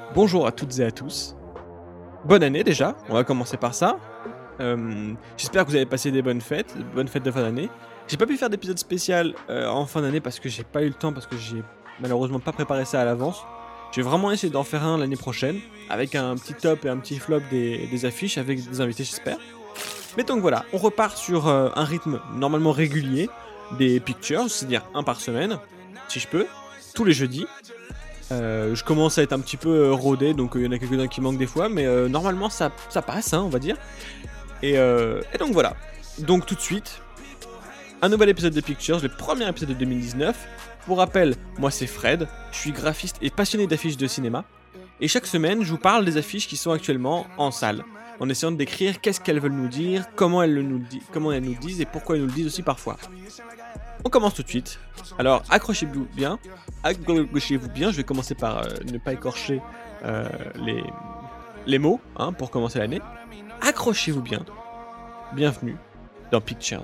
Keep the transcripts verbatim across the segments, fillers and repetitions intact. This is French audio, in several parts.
Bonjour à toutes et à tous. Bonne année déjà, on va commencer par ça. Euh, J'espère que vous avez passé des bonnes fêtes, bonnes fêtes de fin d'année. J'ai pas pu faire d'épisode spécial euh, en fin d'année parce que j'ai pas eu le temps, parce que j'ai malheureusement pas préparé ça à l'avance. Je vais vraiment essayer d'en faire un l'année prochaine, avec un petit top et un petit flop des, des affiches, avec des invités j'espère. Mais donc voilà, on repart sur euh, un rythme normalement régulier, des pictures, c'est-à-dire un par semaine, si je peux, tous les jeudis. Euh, je commence à être un petit peu euh, rodé, donc il euh, y en a quelques-uns qui manquent des fois, mais euh, normalement ça, ça passe, hein, on va dire. Et, euh, et donc voilà. Donc tout de suite, un nouvel épisode de Pictures, le premier épisode de deux mille dix-neuf. Pour rappel, moi c'est Fred, je suis graphiste et passionné d'affiches de cinéma. Et chaque semaine, je vous parle des affiches qui sont actuellement en salle, en essayant de décrire qu'est-ce qu'elles veulent nous dire, comment elles nous, di- comment elles nous disent et pourquoi elles nous le disent aussi parfois. On commence tout de suite. Alors accrochez-vous bien, accrochez-vous bien, je vais commencer par euh, ne pas écorcher euh, les, les mots hein, pour commencer l'année. Accrochez-vous bien. Bienvenue dans Pictures.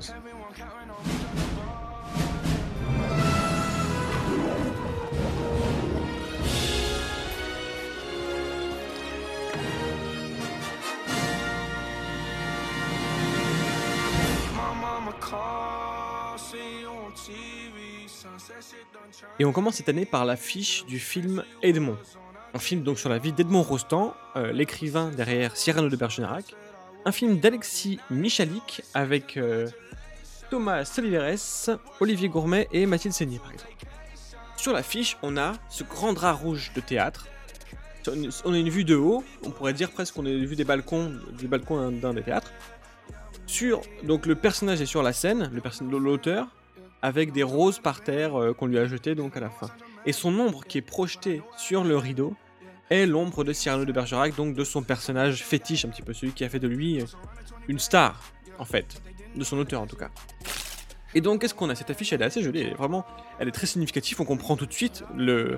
Et on commence cette année par l'affiche du film Edmond. Un film donc sur la vie d'Edmond Rostand, euh, l'écrivain derrière Cyrano de Bergerac. Un film d'Alexis Michalik avec euh, Thomas Soliveres, Olivier Gourmet et Mathilde Seigné par exemple. Sur l'affiche, on a ce grand drap rouge de théâtre. On a une vue de haut, on pourrait dire presque qu'on a une vue des balcons, du balcon d'un des théâtres. Sur, donc le personnage est sur la scène, le perso- l'auteur, avec des roses par terre euh, qu'on lui a jetées donc à la fin. Et son ombre qui est projetée sur le rideau est l'ombre de Cyrano de Bergerac, donc de son personnage fétiche, un petit peu celui qui a fait de lui euh, une star, en fait, de son auteur en tout cas. Et donc qu'est-ce qu'on a? Cette affiche elle est assez jolie, elle est vraiment, elle est très significative, on comprend tout de suite le,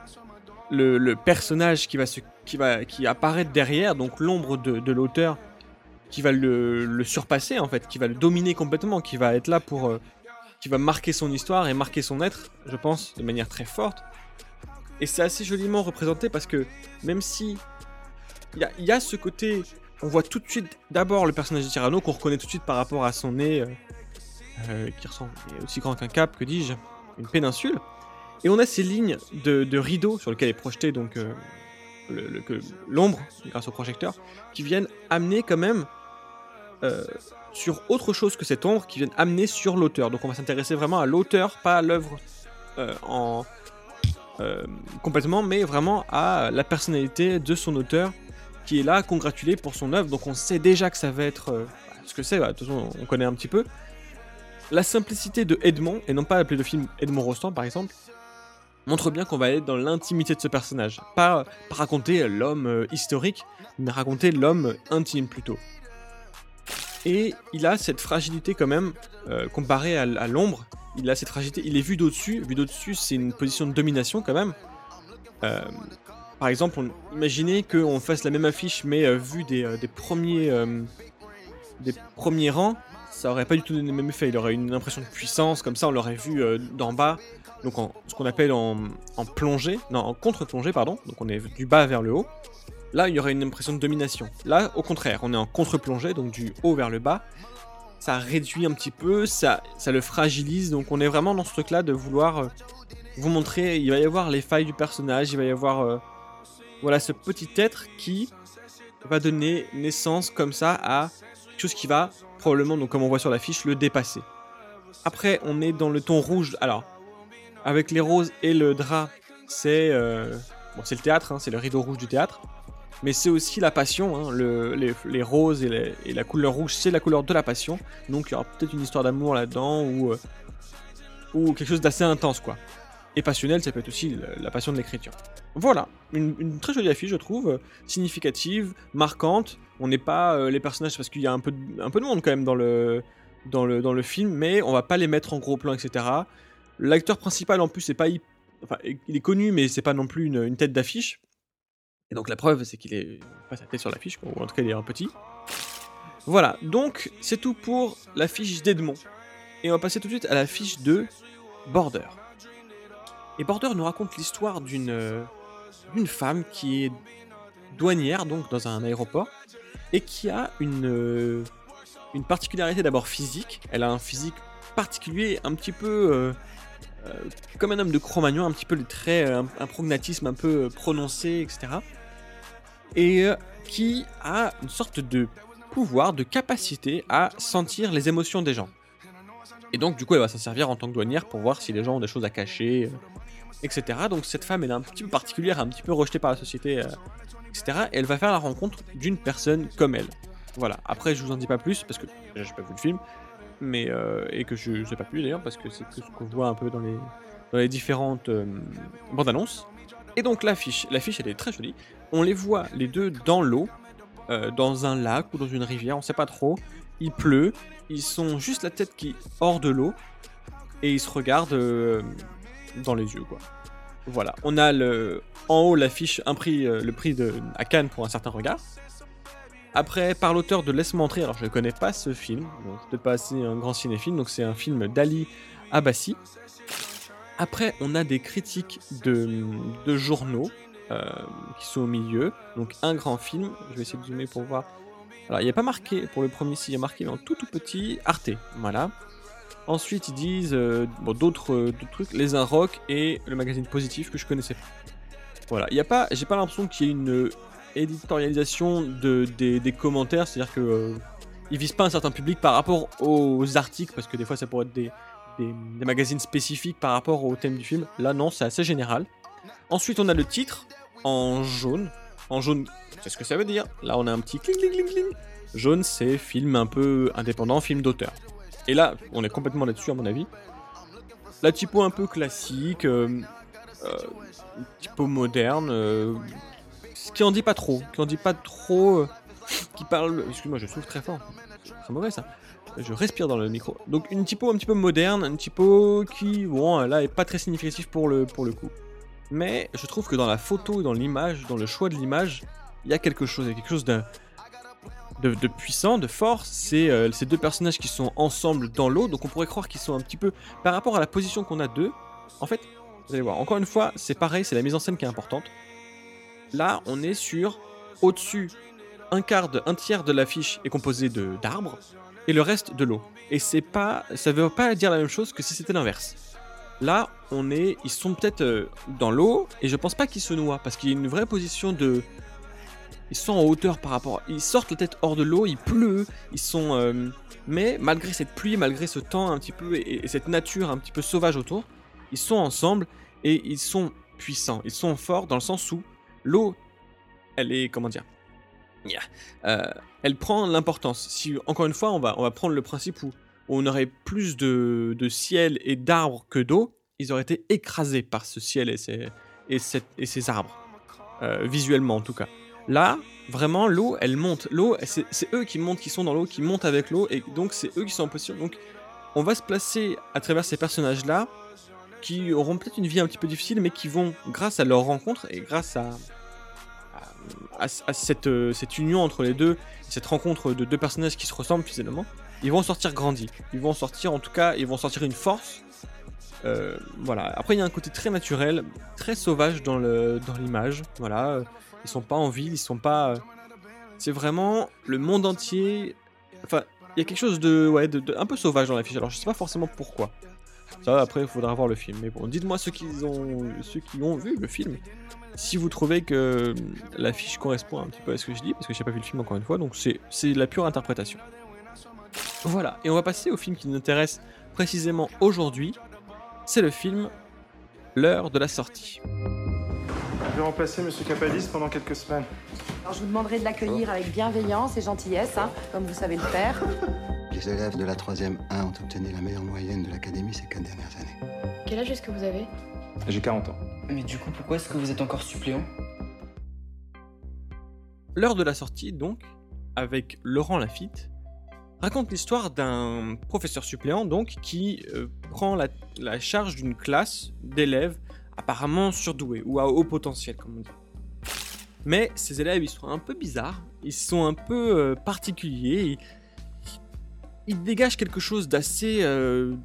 le, le personnage qui va, se, qui va qui apparaît derrière, donc l'ombre de, de l'auteur qui va le, le surpasser en fait, qui va le dominer complètement, qui va être là pour... Euh, qui va marquer son histoire et marquer son être, je pense, de manière très forte. Et c'est assez joliment représenté parce que même si il y, y a ce côté, on voit tout de suite d'abord le personnage de Cyrano qu'on reconnaît tout de suite par rapport à son nez euh, euh, qui ressemble est aussi grand qu'un cap, que dis-je, une péninsule. Et on a ces lignes de, de rideaux sur lesquelles est projetée donc euh, le, le, que, l'ombre grâce au projecteur, qui viennent amener quand même euh, sur autre chose que cette ombre, qui viennent amener sur l'auteur. Donc on va s'intéresser vraiment à l'auteur, pas à l'œuvre euh, en euh, complètement, mais vraiment à la personnalité de son auteur qui est là, congratulé pour son œuvre. Donc on sait déjà que ça va être euh, ce que c'est. Bah, de toute façon, on connaît un petit peu. La simplicité de Edmond, et non pas appeler le film Edmond Rostand par exemple, montre bien qu'on va aller dans l'intimité de ce personnage. Pas, pas raconter l'homme euh, historique, mais raconter l'homme intime plutôt. Et il a cette fragilité quand même, euh, comparé à, à l'ombre, il a cette fragilité, il est vu d'au-dessus, vu d'au-dessus c'est une position de domination quand même. Euh, par exemple, on, imaginez qu'on fasse la même affiche mais euh, vu des, euh, des, premiers, euh, des premiers rangs, ça aurait pas du tout le même effet, il aurait une impression de puissance, comme ça on l'aurait vu euh, d'en bas, donc en, ce qu'on appelle en, en plongée, non en contre-plongée pardon, donc on est du bas vers le haut. Là, il y aurait une impression de domination. Là, au contraire, on est en contre-plongée, donc du haut vers le bas. Ça réduit un petit peu, ça, ça le fragilise, donc on est vraiment dans ce truc-là de vouloir euh, vous montrer, il va y avoir les failles du personnage, il va y avoir euh, voilà, ce petit être qui va donner naissance comme ça à quelque chose qui va probablement, donc comme on voit sur l'affiche, le dépasser. Après, on est dans le ton rouge, alors, avec les roses et le drap, c'est, euh, bon, c'est le théâtre, hein, c'est le rideau rouge du théâtre. Mais c'est aussi la passion, hein, le, les, les roses et, les, et la couleur rouge, c'est la couleur de la passion. Donc il y aura peut-être une histoire d'amour là-dedans, ou, euh, ou quelque chose d'assez intense, quoi. Et passionnel, ça peut être aussi la, la passion de l'écriture. Voilà, une, une très jolie affiche, je trouve, euh, significative, marquante. On n'est pas euh, les personnages, parce qu'il y a un peu, de, un peu de monde quand même dans le, dans, le, dans le film, mais on va pas les mettre en gros plan, et cetera. L'acteur principal, en plus, c'est pas... Enfin, il est connu, mais c'est pas non plus une, une tête d'affiche. Et donc la preuve, c'est qu'il est pas sa tête sur l'affiche, ou en tout cas il est un petit. Voilà, donc c'est tout pour la fiche d'Edmond. Et on va passer tout de suite à la fiche de Border. Et Border nous raconte l'histoire d'une, d'une femme qui est douanière, donc dans un aéroport, et qui a une, euh, une particularité d'abord physique. Elle a un physique particulier, un petit peu euh, euh, comme un homme de Cro-Magnon, un petit peu les traits, euh, un, un prognatisme un peu euh, prononcé, et cetera. Et euh, qui a une sorte de pouvoir, de capacité à sentir les émotions des gens. Et donc, du coup, elle va s'en servir en tant que douanière pour voir si les gens ont des choses à cacher, euh, et cetera. Donc, cette femme, elle est un petit peu particulière, un petit peu rejetée par la société, euh, et cetera. Et elle va faire la rencontre d'une personne comme elle. Voilà. Après, je vous en dis pas plus parce que déjà, j'ai pas vu le film, mais euh, et que je sais pas plus d'ailleurs parce que c'est que ce qu'on voit un peu dans les dans les différentes euh, bandes annonces. Et donc, l'affiche, l'affiche, elle est très jolie. On les voit les deux dans l'eau, euh, dans un lac ou dans une rivière, on sait pas trop. Il pleut. Ils sont juste la tête qui est hors de l'eau et ils se regardent euh, dans les yeux, quoi. Voilà, on a le, en haut l'affiche, un prix, euh, le prix de, à Cannes pour un certain regard. Après, par l'auteur de Laisse-moi entrer, alors je ne connais pas ce film, donc je suis peut-être pas assez un grand cinéphile, donc c'est un film d'Ali Abbasi. Après, on a des critiques de, de journaux euh, qui sont au milieu, donc un grand film, je vais essayer de zoomer pour voir. Alors, il n'y a pas marqué, pour le premier, si, il y a marqué, mais en tout tout petit, Arte, voilà. Ensuite, ils disent euh, bon, d'autres, euh, d'autres trucs, Les Inrocks et le magazine Positif que je connaissais pas. Voilà, il y a pas, j'ai pas l'impression qu'il y ait une euh, éditorialisation de, des, des commentaires, c'est-à-dire que euh, ils visent pas un certain public par rapport aux articles, parce que des fois ça pourrait être des, des, des magazines spécifiques par rapport au thème du film. Là, non, c'est assez général. Ensuite, on a le titre en jaune. En jaune, c'est ce que ça veut dire. Là, on a un petit cling, cling, cling, cling. Jaune, c'est film un peu indépendant, film d'auteur. Et là, on est complètement là-dessus, à mon avis. La typo un peu classique, euh, euh, typo moderne, euh, ce qui en dit pas trop, qui en dit pas trop, euh, qui parle... Excuse-moi, je souffle très fort, c'est très mauvais ça. Je respire dans le micro. Donc une typo un petit peu moderne, une typo qui, bon, là, est pas très significative pour le, pour le coup. Mais je trouve que dans la photo, dans l'image, dans le choix de l'image, il y a quelque chose, il y a quelque chose de... De, de puissant, de fort, c'est euh, ces deux personnages qui sont ensemble dans l'eau, donc on pourrait croire qu'ils sont un petit peu, par rapport à la position qu'on a d'eux, en fait, vous allez voir, encore une fois, c'est pareil, c'est la mise en scène qui est importante. Là, on est sur, au-dessus, un quart, de, un tiers de l'affiche est composé de, d'arbres, et le reste de l'eau. Et c'est pas, ça veut pas dire la même chose que si c'était l'inverse. Là, on est, ils sont peut-être euh, dans l'eau, et je pense pas qu'ils se noient, parce qu'il y a une vraie position de... Ils sont en hauteur par rapport... Ils sortent la tête hors de l'eau, il pleut, ils sont... Euh... Mais malgré cette pluie, malgré ce temps un petit peu, et, et cette nature un petit peu sauvage autour, ils sont ensemble, et ils sont puissants, ils sont forts, dans le sens où l'eau, elle est... Comment dire yeah. euh, Elle prend l'importance. Si, encore une fois, on va, on va prendre le principe où, où on aurait plus de, de ciel et d'arbres que d'eau, ils auraient été écrasés par ce ciel et ces, et cette, et ces arbres. Euh, visuellement, en tout cas. Là, vraiment, l'eau, elle monte. L'eau, c'est, c'est eux qui montent, qui sont dans l'eau, qui montent avec l'eau, et donc c'est eux qui sont en position. Donc, on va se placer à travers ces personnages-là, qui auront peut-être une vie un petit peu difficile, mais qui vont, grâce à leur rencontre, et grâce à, à, à, à cette, euh, cette union entre les deux, cette rencontre de deux personnages qui se ressemblent finalement, ils vont sortir grandis. Ils vont sortir, en tout cas, ils vont sortir une force. Euh, voilà. Après, il y a un côté très naturel, très sauvage dans, le, dans l'image. Voilà. Ils sont pas en ville, ils sont pas... C'est vraiment le monde entier... Enfin, il y a quelque chose de, ouais, de, de un peu sauvage dans l'affiche. Alors, je sais pas forcément pourquoi. Ça, après, il faudra voir le film. Mais bon, dites-moi ceux qui ont, ceux qui ont vu le film, si vous trouvez que l'affiche correspond un petit peu à ce que je dis, parce que j'ai pas vu le film encore une fois, donc c'est, c'est la pure interprétation. Voilà, et on va passer au film qui nous intéresse précisément aujourd'hui. C'est le film L'heure de la sortie. Je vais remplacer Monsieur Capadis pendant quelques semaines. Alors je vous demanderai de l'accueillir avec bienveillance et gentillesse, hein, comme vous savez le faire. Les élèves de la troisième un ont obtenu la meilleure moyenne de l'académie ces quatre dernières années. Quel âge est-ce que vous avez ? J'ai quarante ans. Mais du coup, pourquoi est-ce que vous êtes encore suppléant ? L'heure de la sortie, donc, avec Laurent Lafitte, raconte l'histoire d'un professeur suppléant, donc, qui euh, prend la, la charge d'une classe d'élèves apparemment surdoués, ou à haut potentiel, comme on dit. Mais ces élèves, ils sont un peu bizarres, ils sont un peu euh, particuliers, ils, ils dégagent quelque chose d'assez euh,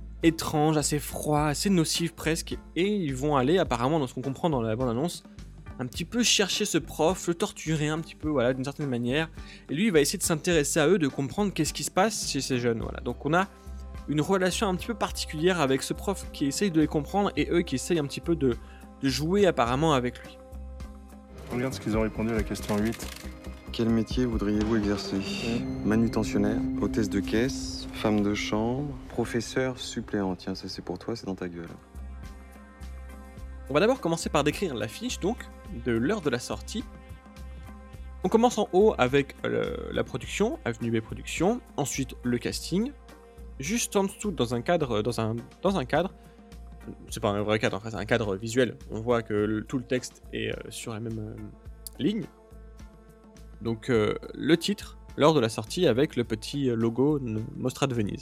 étrange, assez froid, assez nocif presque, et ils vont aller, apparemment, dans ce qu'on comprend dans la bande-annonce, un petit peu chercher ce prof, le torturer un petit peu, voilà, d'une certaine manière. Et lui, il va essayer de s'intéresser à eux, de comprendre qu'est-ce qui se passe chez ces jeunes, voilà. Donc on a une relation un petit peu particulière avec ce prof qui essaye de les comprendre et eux qui essayent un petit peu de, de jouer apparemment avec lui. Regarde ce qu'ils ont répondu à la question huit. Quel métier voudriez-vous exercer? Manutentionnaire, hôtesse de caisse, femme de chambre, professeur, suppléant. Tiens, ça c'est pour toi, c'est dans ta gueule. On va d'abord commencer par décrire l'affiche donc de l'heure de la sortie. On commence en haut avec euh, la production, Avenue B Production, ensuite le casting. Juste en dessous, dans un cadre, dans un, dans un cadre, c'est pas un vrai cadre, en fait, c'est un cadre visuel. On voit que le, tout le texte est euh, sur la même euh, ligne. Donc euh, le titre, l'heure de la sortie, avec le petit logo Mostra de Venise.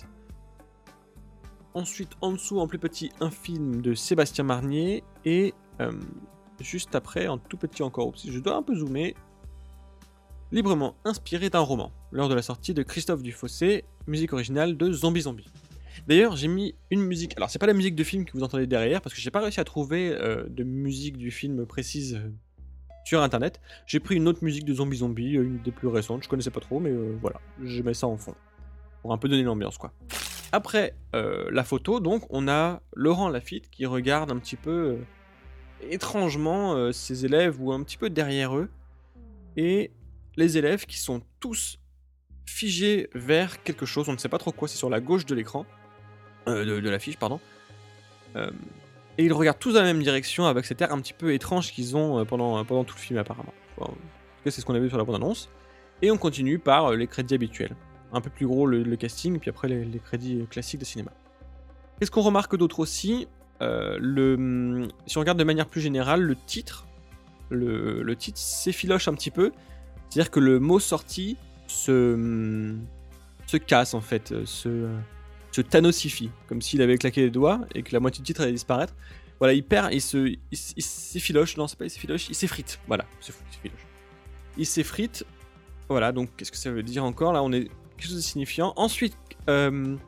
Ensuite, en dessous, en plus petit, un film de Sébastien Marnier. Et euh, juste après, en tout petit encore, si je dois un peu zoomer, librement inspiré d'un roman. L'heure de la sortie de Christophe Dufossé, musique originale de Zombie Zombie. D'ailleurs, j'ai mis une musique. Alors, c'est pas la musique de film que vous entendez derrière, parce que j'ai pas réussi à trouver euh, de musique du film précise euh, sur internet. J'ai pris une autre musique de Zombie Zombie, une des plus récentes. Je connaissais pas trop, mais euh, voilà, je mets ça en fond. Pour un peu donner l'ambiance, quoi. Après euh, la photo, donc, on a Laurent Lafitte qui regarde un petit peu euh, étrangement euh, ses élèves ou un petit peu derrière eux. Et les élèves qui sont tous figés vers quelque chose, on ne sait pas trop quoi, c'est sur la gauche de l'écran, euh, de, de l'affiche, pardon. Euh, et ils regardent tous dans la même direction avec cet air un petit peu étrange qu'ils ont euh, pendant, pendant tout le film apparemment. Bon, en tout cas, c'est ce qu'on a vu sur la bande-annonce. Et on continue par euh, les crédits habituels. Un peu plus gros le, le casting, puis après les, les crédits classiques de cinéma. Qu'est-ce qu'on remarque d'autre aussi euh, le, Si on regarde de manière plus générale, le titre, le, le titre s'effiloche un petit peu. C'est-à-dire que le mot sorti se, se casse en fait, se, se thanosifie, comme s'il avait claqué les doigts et que la moitié du titre allait disparaître. Voilà, il perd, il se, il, il s'effiloche, non c'est pas il s'effiloche, il s'effrite, voilà, il s'effiloche. Il s'effrite, voilà, donc qu'est-ce que ça veut dire encore? Là on est quelque chose de signifiant. Ensuite, euh,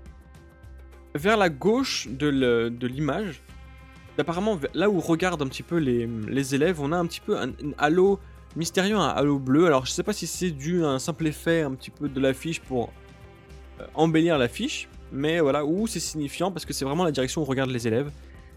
vers la gauche de, le, de l'image, apparemment là où regardent un petit peu les, les élèves, on a un petit peu un, un halo mystérieux, un halo bleu. Alors je sais pas si c'est dû à un simple effet un petit peu de l'affiche pour euh, embellir l'affiche, mais voilà, ou c'est signifiant parce que c'est vraiment la direction où regardent les élèves.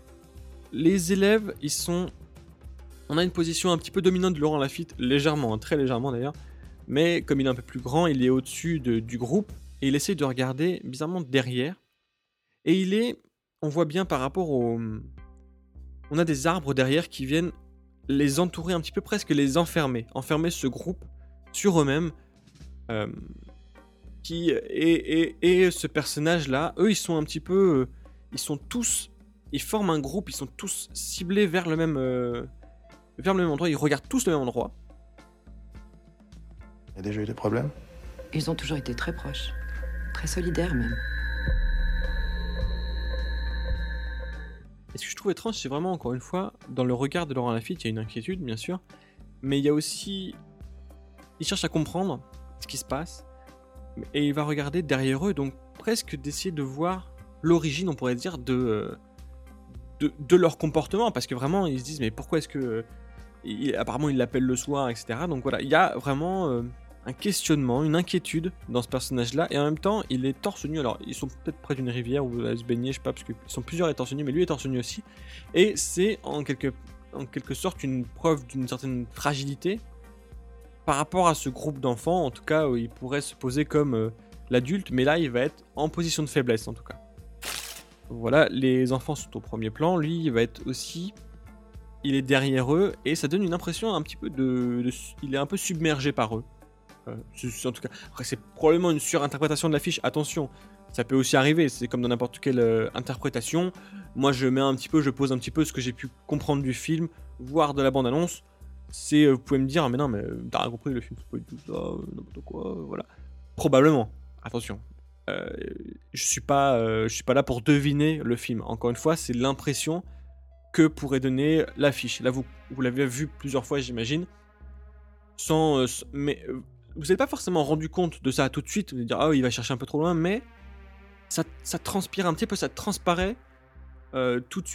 Les élèves, ils sont... On a une position un petit peu dominante de Laurent Lafitte, légèrement, hein, très légèrement d'ailleurs, mais comme il est un peu plus grand, il est au-dessus de, du groupe et il essaye de regarder bizarrement derrière. Et il est... On voit bien par rapport au... On a des arbres derrière qui viennent les entourer un petit peu, presque les enfermer, enfermer ce groupe sur eux-mêmes, euh, qui et, et, et ce personnage-là, eux, ils sont un petit peu, euh, ils sont tous, ils forment un groupe, ils sont tous ciblés vers le même, euh, vers le même endroit, ils regardent tous le même endroit. Il y a déjà eu des problèmes? Ils ont toujours été très proches, très solidaires même. Et ce que je trouve étrange, c'est vraiment, encore une fois, dans le regard de Laurent Lafitte, il y a une inquiétude, bien sûr, mais il y a aussi... Il cherche à comprendre ce qui se passe, et il va regarder derrière eux, donc presque d'essayer de voir l'origine, on pourrait dire, de, de, de leur comportement, parce que vraiment, ils se disent, mais pourquoi est-ce que... Il, apparemment, il l'appelle le soir, et cetera. Donc voilà, il y a vraiment euh, un questionnement, une inquiétude dans ce personnage-là, et en même temps, il est torse nu. Alors, ils sont peut-être près d'une rivière où à se baigner, je sais pas, parce qu'ils sont plusieurs à être torse nu, mais lui est torse nu aussi. Et c'est en quelque, en quelque sorte une preuve d'une certaine fragilité par rapport à ce groupe d'enfants, en tout cas, où il pourrait se poser comme euh, l'adulte, mais là, il va être en position de faiblesse, en tout cas. Voilà, les enfants sont au premier plan, lui, il va être aussi... Il est derrière eux, et ça donne une impression un petit peu de... de il est un peu submergé par eux. Euh, c'est, en tout cas, après, c'est probablement une surinterprétation de l'affiche, attention, ça peut aussi arriver, c'est comme dans n'importe quelle euh, interprétation. Moi, je mets un petit peu, je pose un petit peu ce que j'ai pu comprendre du film, voire de la bande-annonce. C'est, euh, vous pouvez me dire, ah, mais non, mais t'as rien compris, le film, c'est pas du tout ça, euh, n'importe quoi, euh, voilà. Probablement, attention. Euh, je suis pas, euh, je suis pas là pour deviner le film. Encore une fois, c'est l'impression que pourrait donner l'affiche. Là, vous, vous l'avez vu plusieurs fois, j'imagine. Sans, euh, mais euh, vous n'êtes pas forcément rendu compte de ça tout de suite. Vous allez dire, ah, oh, il va chercher un peu trop loin, mais ça, ça transpire un petit peu, ça transparaît euh, tout de suite.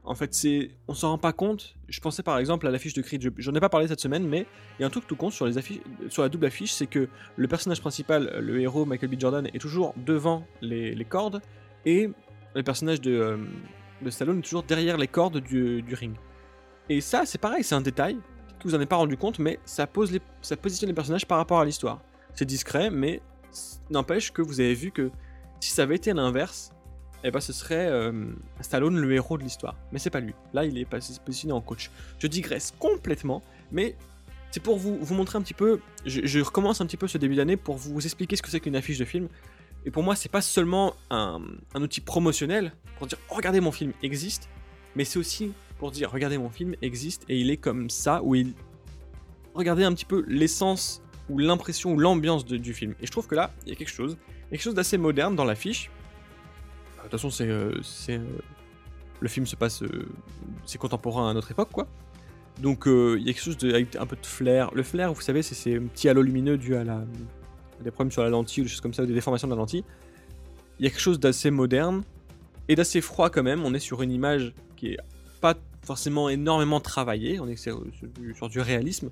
En fait, c'est, on s'en rend pas compte. Je pensais par exemple à l'affiche de Creed. Je, j'en ai pas parlé cette semaine, mais il y a un truc tout con sur les affiches, sur la double affiche, c'est que le personnage principal, le héros Michael B. Jordan, est toujours devant les, les cordes, et le personnage de, euh, de Stallone est toujours derrière les cordes du, du ring. Et ça, c'est pareil, c'est un détail que vous en avez pas rendu compte, mais ça pose les, ça positionne les personnages par rapport à l'histoire. C'est discret, mais n'empêche que vous avez vu que si ça avait été à l'inverse, eh ben ce serait euh, Stallone le héros de l'histoire. Mais c'est pas lui. Là, il est positionné en coach. Je digresse complètement, mais c'est pour vous, vous montrer un petit peu. Je, je recommence un petit peu ce début d'année pour vous expliquer ce que c'est qu'une affiche de film. Et pour moi, c'est pas seulement un, un outil promotionnel pour dire oh, regardez, mon film existe, mais c'est aussi pour dire regardez, mon film existe et il est comme ça, où il. Regardez un petit peu l'essence ou l'impression ou l'ambiance de, du film. Et je trouve que là, il y a quelque chose, quelque chose d'assez moderne dans l'affiche. De toute façon, c'est, euh, c'est euh, le film se passe, euh, c'est contemporain à notre époque, quoi. Donc, euh, il y a quelque chose de, avec un peu de flair. Le flair, vous savez, c'est ces petits halos lumineux dus à, la, à des problèmes sur la lentille ou des choses comme ça, ou des déformations de la lentille. Il y a quelque chose d'assez moderne et d'assez froid quand même. On est sur une image qui est pas forcément énormément travaillée. On est sur, sur, du, sur du réalisme.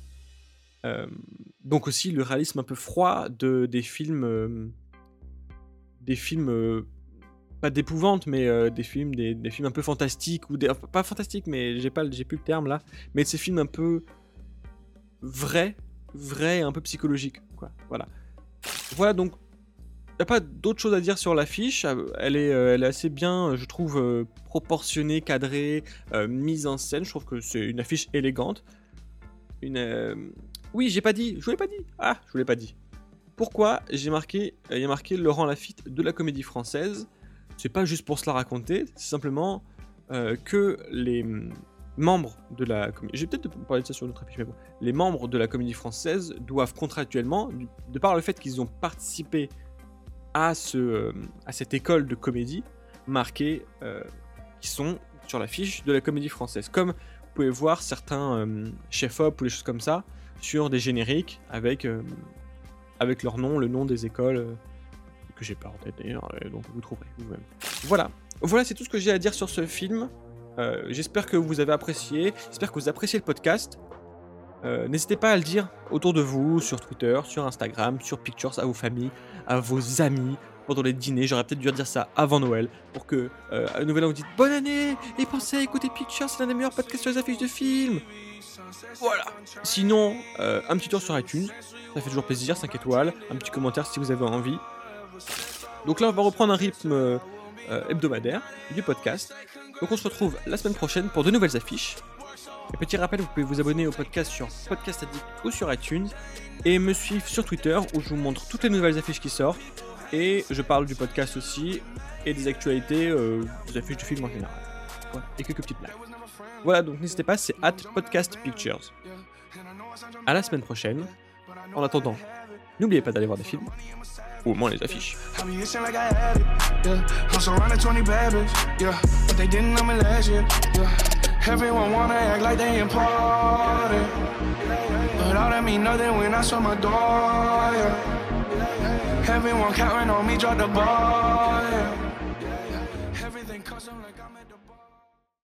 Euh, donc aussi le réalisme un peu froid de des films, euh, des films. Euh, pas d'épouvante, mais euh, des films, des, des films un peu fantastiques, ou des, enfin, pas fantastiques, mais j'ai pas, j'ai plus le terme là, mais de ces films un peu vrais, vrais et un peu psychologiques, quoi. Voilà. Voilà, donc il n'y a pas d'autre chose à dire sur l'affiche. Elle est, euh, elle est assez bien, je trouve, euh, proportionnée, cadrée, euh, mise en scène. Je trouve que c'est une affiche élégante. Une, euh... oui, j'ai pas dit, je vous l'ai pas dit. Ah, je vous l'ai pas dit. Pourquoi j'ai marqué, il y a marqué Laurent Lafitte de la Comédie Française. C'est pas juste pour se la raconter, c'est simplement euh, que les membres de la comédie... Je vais peut-être parler de ça sur notre affiche, mais bon. Les membres de la Comédie Française doivent contractuellement, de par le fait qu'ils ont participé à, ce, euh, à cette école de comédie, marquer euh, qui sont sur l'affiche de la Comédie Française. Comme vous pouvez voir certains euh, chefs-op ou des choses comme ça sur des génériques avec, euh, avec leur nom, le nom des écoles... Euh, que j'ai pas en tête d'ailleurs, donc vous trouverez vous-même. Voilà, voilà c'est tout ce que j'ai à dire sur ce film. Euh, j'espère que vous avez apprécié, j'espère que vous appréciez le podcast. Euh, n'hésitez pas à le dire autour de vous, sur Twitter, sur Instagram, sur Pictures, à vos familles, à vos amis, pendant les dîners. J'aurais peut-être dû dire ça avant Noël, pour que euh, à Nouvel An vous dites bonne année, et pensez à écouter Pictures, c'est l'un des meilleurs podcasts sur les affiches de films. Voilà. Sinon, euh, un petit tour sur iTunes, ça fait toujours plaisir, cinq étoiles, un petit commentaire si vous avez envie. Donc là on va reprendre un rythme euh, hebdomadaire du podcast. Donc on se retrouve la semaine prochaine pour de nouvelles affiches. Et petit rappel, vous pouvez vous abonner au podcast sur Podcast Addict ou sur iTunes. Et me suivre sur Twitter où je vous montre toutes les nouvelles affiches qui sortent. Et je parle du podcast aussi et des actualités, euh, des affiches de films en général. Voilà. Et quelques petites blagues. Voilà, donc n'hésitez pas, c'est at Podcast Pictures. À la semaine prochaine. En attendant, n'oubliez pas d'aller voir des films. Ou au moins les affiches. Everyone wanna act like they important, but all that mean nothing when I saw my door, yeah. Everyone counting on me, drop the ball, yeah. Everything custom like I'm